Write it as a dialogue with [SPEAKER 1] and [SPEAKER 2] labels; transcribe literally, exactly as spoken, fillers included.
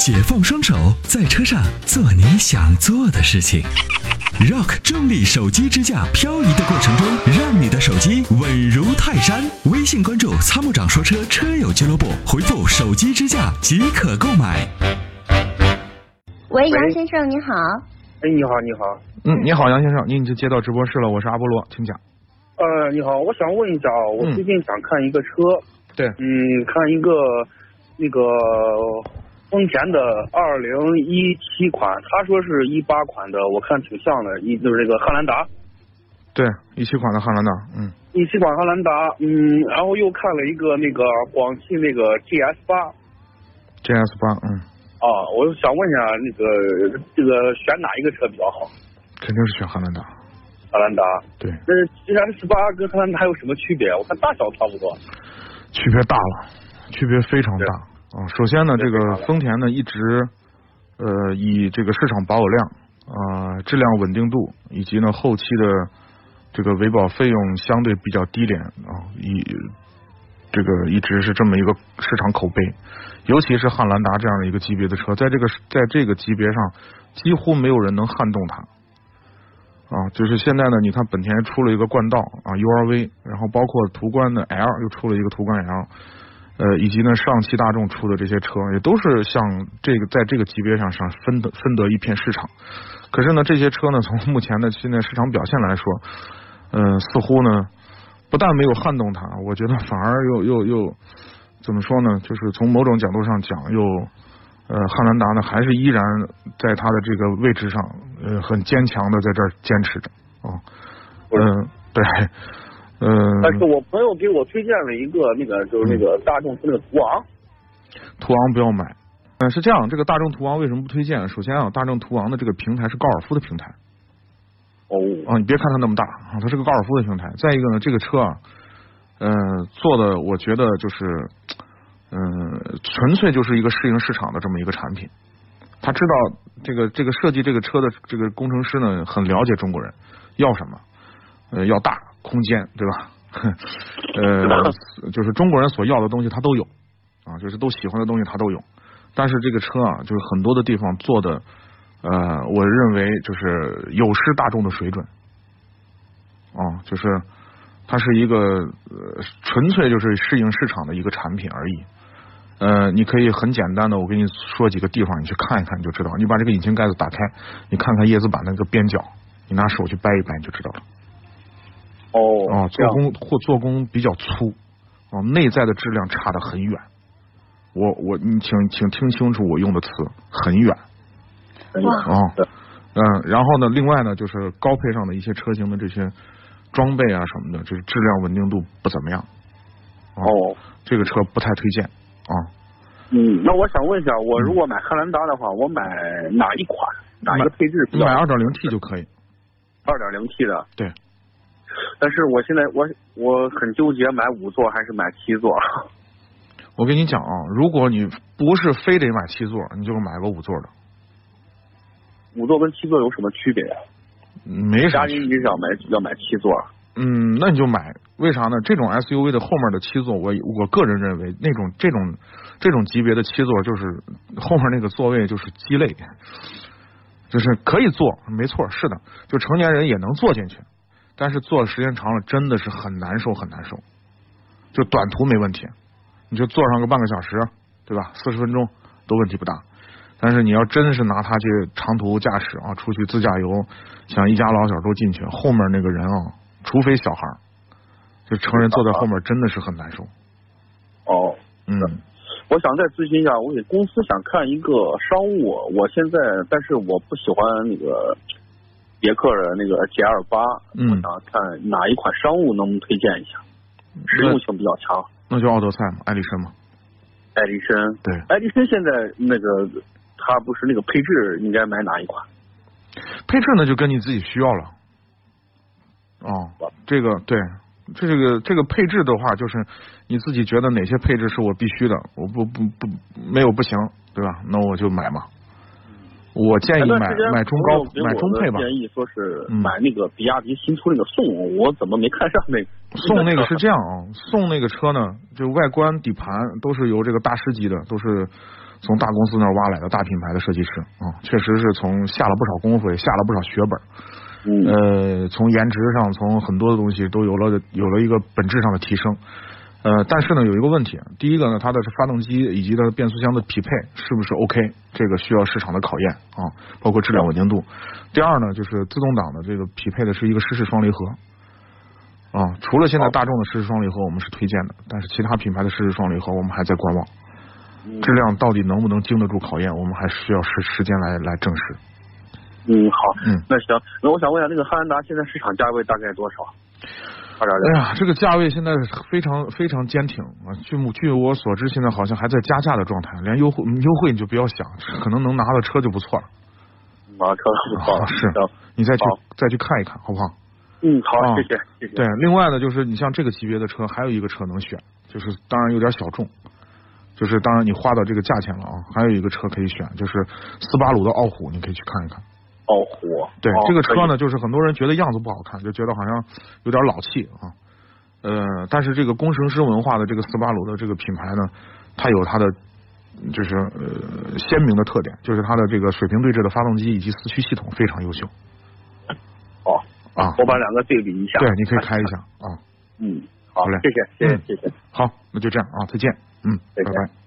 [SPEAKER 1] 解放双手，在车上做你想做的事情。Rock 重力手机支架，漂移的过程中，让你的手机稳如泰山。微信关注参谋长说车车友俱乐部，回复手机支架即可购买。
[SPEAKER 2] 喂，杨先生你好。
[SPEAKER 3] 哎，你好，你好。
[SPEAKER 4] 嗯，你好，杨先生，您已经接到直播室了，我是阿波罗，请讲。
[SPEAKER 3] 呃，你好，我想问一下，我最近想看一个车，
[SPEAKER 4] 嗯、对，
[SPEAKER 3] 嗯，看一个那个丰田的二零一七款，他说是一八款的，我看挺像的，一就是这个汉兰达。
[SPEAKER 4] 对，一七款的汉兰达，嗯。
[SPEAKER 3] 一七款汉兰达，嗯，然后又看了一个那个广汽那个 G S 八。
[SPEAKER 4] G S 八，嗯。
[SPEAKER 3] 啊，我想问一下，那个这个选哪一个车比较好？
[SPEAKER 4] 肯定是选汉兰达。
[SPEAKER 3] 汉兰达。
[SPEAKER 4] 对。
[SPEAKER 3] 那 G S 八跟汉兰达有什么区别？我看大小差不多。
[SPEAKER 4] 区别大了，区别非常大啊！首先呢，这个丰田呢一直呃以这个市场保有量啊、呃、质量稳定度以及呢后期的这个维保费用相对比较低廉啊，以这个一直是这么一个市场口碑。尤其是汉兰达这样的一个级别的车，在这个在这个级别上几乎没有人能撼动它啊。就是现在呢，你看本田出了一个冠道啊 U R V， 然后包括途观的 L 又出了一个途观 L， 呃，以及呢上汽大众出的这些车也都是像这个在这个级别上上分得分得一片市场。可是呢，这些车呢从目前的现在市场表现来说，呃，似乎呢不但没有撼动它，我觉得反而又又又怎么说呢？就是从某种角度上讲，又呃汉兰达呢还是依然在它的这个位置上，呃很坚强的在这儿坚持着啊。嗯、呃，对，呃。
[SPEAKER 3] 但是我朋友给我推荐了一个那个就是那个大众那个途昂。
[SPEAKER 4] 途昂不要买。嗯，是这样，这个大众途昂为什么不推荐？首先啊，大众途昂的这个平台是高尔夫的平台。
[SPEAKER 3] 哦。
[SPEAKER 4] 啊，你别看它那么大啊，它是个高尔夫的平台。再一个呢，这个车啊。呃，做的我觉得就是，嗯、呃，纯粹就是一个适应市场的这么一个产品。他知道这个这个设计这个车的这个工程师呢，很了解中国人要什么，呃，要大空间，对吧？呃，就是中国人所要的东西他都有啊，就是都喜欢的东西他都有。但是这个车啊，就是很多的地方做的，呃，我认为就是有失大众的水准，啊，就是。它是一个呃纯粹就是适应市场的一个产品而已。呃，你可以很简单的，我给你说几个地方，你去看一看你就知道。你把这个引擎盖子打开，你看看叶子板那个边角，你拿手去掰一掰你就知道了。
[SPEAKER 3] 哦。
[SPEAKER 4] 啊，做工或做工比较粗，啊，内在的质量差得很远。我我你请请听清楚我用的词，很远。
[SPEAKER 3] 哇。
[SPEAKER 4] 啊，嗯，然后呢，另外呢，就是高配上的一些车型的这些。装备啊什么的，就是质量稳定度不怎么样。
[SPEAKER 3] 哦，
[SPEAKER 4] 这个车不太推荐啊。
[SPEAKER 3] 嗯，那我想问一下，我如果买汉兰达的话，我买哪一款？哪一个配置比较？
[SPEAKER 4] 买 二点零 T 就可以。
[SPEAKER 3] 二点零 T 的。
[SPEAKER 4] 对。
[SPEAKER 3] 但是我现在我我很纠结，买五座还是买七座。
[SPEAKER 4] 我跟你讲啊，如果你不是非得买七座，你就买个五座的。
[SPEAKER 3] 五座跟七座有什么区别呀？
[SPEAKER 4] 没啥。
[SPEAKER 3] 家里你要买要买七座。
[SPEAKER 4] 嗯，那你就买，为啥呢？这种 S U V 的后面的七座，我我个人认为，那种这种这种级别的七座，就是后面那个座位就是鸡肋，就是可以坐，没错，是的，就成年人也能坐进去，但是坐时间长了真的是很难受，很难受。就短途没问题，你就坐上个半个小时，对吧？四十分钟都问题不大。但是你要真是拿它去长途驾驶啊，出去自驾游，想一家老小都进去，后面那个人啊，除非小孩，就成人坐在后面真的是很难受。
[SPEAKER 3] 哦，
[SPEAKER 4] 嗯，
[SPEAKER 3] 我想再咨询一下，我给公司想看一个商务，我现在但是我不喜欢那个别克的那个 G L 八，
[SPEAKER 4] 嗯，
[SPEAKER 3] 我想看哪一款商务能不能推荐一下，实用性比较强。
[SPEAKER 4] 那就奥德赛嘛，爱丽绅嘛。
[SPEAKER 3] 爱丽绅，
[SPEAKER 4] 对，
[SPEAKER 3] 爱丽绅现在那个。它不是那个配置应该买哪一款？
[SPEAKER 4] 配置呢就跟你自己需要了。哦，这个对，这个这个配置的话，就是你自己觉得哪些配置是我必须的，我不不不没有不行，对吧？那我就买嘛。我建议买买中高买中配吧。
[SPEAKER 3] 建议说是买那个比亚迪新出那个宋，嗯、我怎么没看上那个？
[SPEAKER 4] 宋那个是这样啊，宋那个车呢，就外观底盘都是由这个大师级的，都是。 从大公司那儿挖来的大品牌的设计师啊，确实是从下了不少功夫，也下了不少血本。
[SPEAKER 3] 嗯，
[SPEAKER 4] 呃，从颜值上，从很多的东西都有了有了一个本质上的提升。呃，但是呢，有一个问题，第一个呢，它的发动机以及它的变速箱的匹配是不是 OK， 这个需要市场的考验啊，包括质量稳定度。第二呢，就是自动挡的这个匹配的是一个湿式双离合啊，除了现在大众的湿式双离合我们是推荐的，但是其他品牌的湿式双离合我们还在观望，质量到底能不能经得住考验，我们还需要时时间来来证实。
[SPEAKER 3] 嗯，好，
[SPEAKER 4] 嗯，
[SPEAKER 3] 那行，那我想问一下，那个汉兰达现在市场价位大概多少？
[SPEAKER 4] 哎呀，这个价位现在非常非常坚挺啊！据据我所知，现在好像还在加价的状态，连优惠优惠你就不要想，可能能拿到车就不错了。
[SPEAKER 3] 拿车不错、
[SPEAKER 4] 啊，是，你再去再去看一看，好不好？
[SPEAKER 3] 嗯，好，
[SPEAKER 4] 啊、
[SPEAKER 3] 谢谢谢谢。
[SPEAKER 4] 对，另外呢，就是你像这个级别的车，还有一个车能选，就是当然有点小众，就是当然你花到这个价钱了啊，还有一个车可以选，就是斯巴鲁的傲虎，你可以去看一看。
[SPEAKER 3] 傲虎，
[SPEAKER 4] 对、
[SPEAKER 3] 哦、
[SPEAKER 4] 这个车呢，就是很多人觉得样子不好看，就觉得好像有点老气啊。呃，但是这个工程师文化的这个斯巴鲁的这个品牌呢，它有它的就是呃鲜明的特点，就是它的这个水平对置的发动机以及四驱系统非常优秀。
[SPEAKER 3] 哦
[SPEAKER 4] 啊，
[SPEAKER 3] 我把两个对比一下。
[SPEAKER 4] 对，你可以开一下啊。
[SPEAKER 3] 嗯，好，
[SPEAKER 4] 好嘞，
[SPEAKER 3] 谢谢谢谢、
[SPEAKER 4] 嗯、
[SPEAKER 3] 谢谢。
[SPEAKER 4] 好，那就这样啊，再见。嗯，拜拜。